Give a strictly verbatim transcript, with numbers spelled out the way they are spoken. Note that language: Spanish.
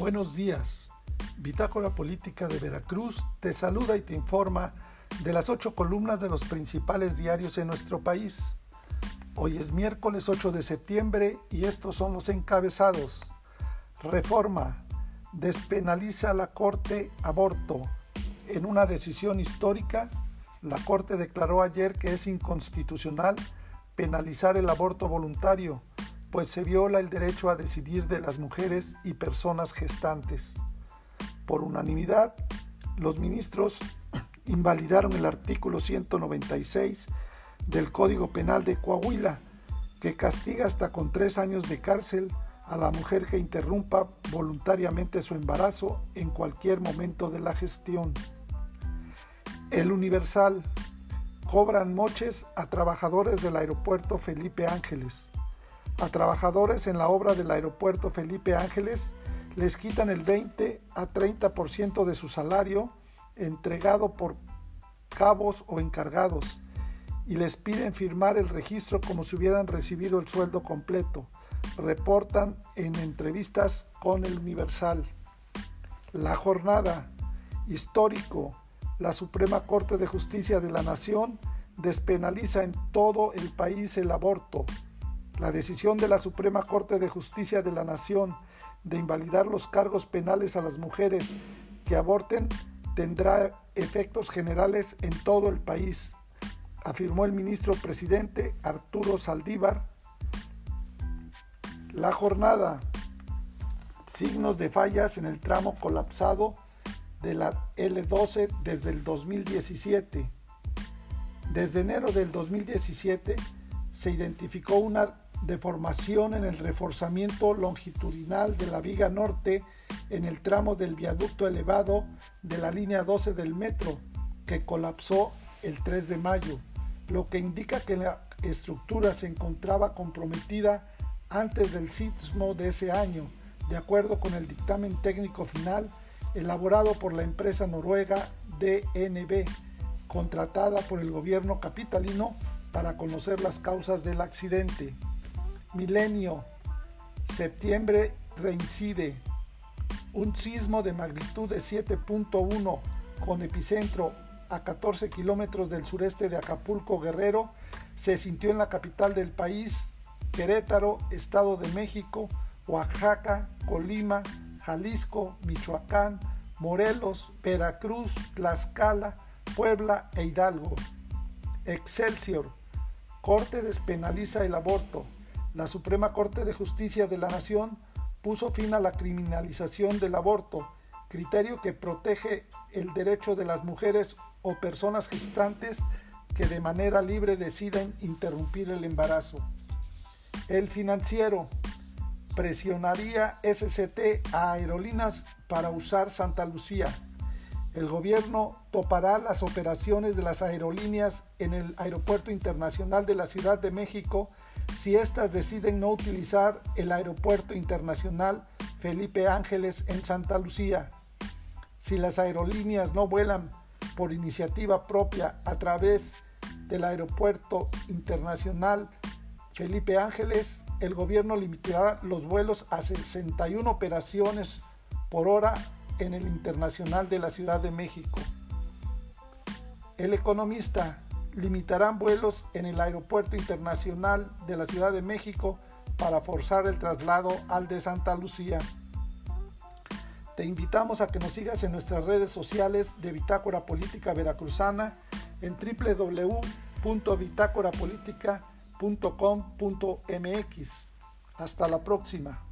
Buenos días. Bitácora Política de Veracruz te saluda y te informa de las ocho columnas de los principales diarios en nuestro país. Hoy es miércoles ocho de septiembre y estos son los encabezados. Reforma. Despenaliza la Corte aborto. En una decisión histórica, la Corte declaró ayer que es inconstitucional penalizar el aborto voluntario, pues se viola el derecho a decidir de las mujeres y personas gestantes. Por unanimidad, los ministros invalidaron el artículo ciento noventa y seis del Código Penal de Coahuila, que castiga hasta con tres años de cárcel a la mujer que interrumpa voluntariamente su embarazo en cualquier momento de la gestión. El Universal. Cobran moches a trabajadores del aeropuerto Felipe Ángeles. A trabajadores en la obra del aeropuerto Felipe Ángeles les quitan el veinte a treinta por ciento de su salario entregado por cabos o encargados y les piden firmar el registro como si hubieran recibido el sueldo completo, reportan en entrevistas con el Universal. La Jornada. Histórico. La Suprema Corte de Justicia de la Nación despenaliza en todo el país el aborto. La decisión de la Suprema Corte de Justicia de la Nación de invalidar los cargos penales a las mujeres que aborten tendrá efectos generales en todo el país, afirmó el ministro presidente Arturo Saldívar. La Jornada. Signos de fallas en el tramo colapsado de la ele doce desde el dos mil diecisiete. Desde enero del dos mil diecisiete se identificó una deformación en el reforzamiento longitudinal de la viga norte en el tramo del viaducto elevado de la línea doce del metro, que colapsó el tres de mayo, lo que indica que la estructura se encontraba comprometida antes del sismo de ese año, de acuerdo con el dictamen técnico final elaborado por la empresa noruega D N B, contratada por el gobierno capitalino para conocer las causas del accidente. Milenio. Septiembre reincide. Un sismo de magnitud de siete punto uno con epicentro a catorce kilómetros del sureste de Acapulco, Guerrero, se sintió en la capital del país, Querétaro, Estado de México, Oaxaca, Colima, Jalisco, Michoacán, Morelos, Veracruz, Tlaxcala, Puebla e Hidalgo. Excelsior. Corte despenaliza el aborto. La Suprema Corte de Justicia de la Nación puso fin a la criminalización del aborto, criterio que protege el derecho de las mujeres o personas gestantes que de manera libre deciden interrumpir el embarazo. El Financiero. Presionaría S C T a aerolíneas para usar Santa Lucía. El gobierno topará las operaciones de las aerolíneas en el Aeropuerto Internacional de la Ciudad de México si éstas deciden no utilizar el Aeropuerto Internacional Felipe Ángeles en Santa Lucía. Si las aerolíneas no vuelan por iniciativa propia a través del Aeropuerto Internacional Felipe Ángeles, el gobierno limitará los vuelos a sesenta y una operaciones por hora en el Internacional de la Ciudad de México. El Economista. Limitarán vuelos en el Aeropuerto Internacional de la Ciudad de México para forzar el traslado al de Santa Lucía. Te invitamos a que nos sigas en nuestras redes sociales de Bitácora Política Veracruzana en doble u doble u doble u punto bitácora política punto com punto m x. Hasta la próxima.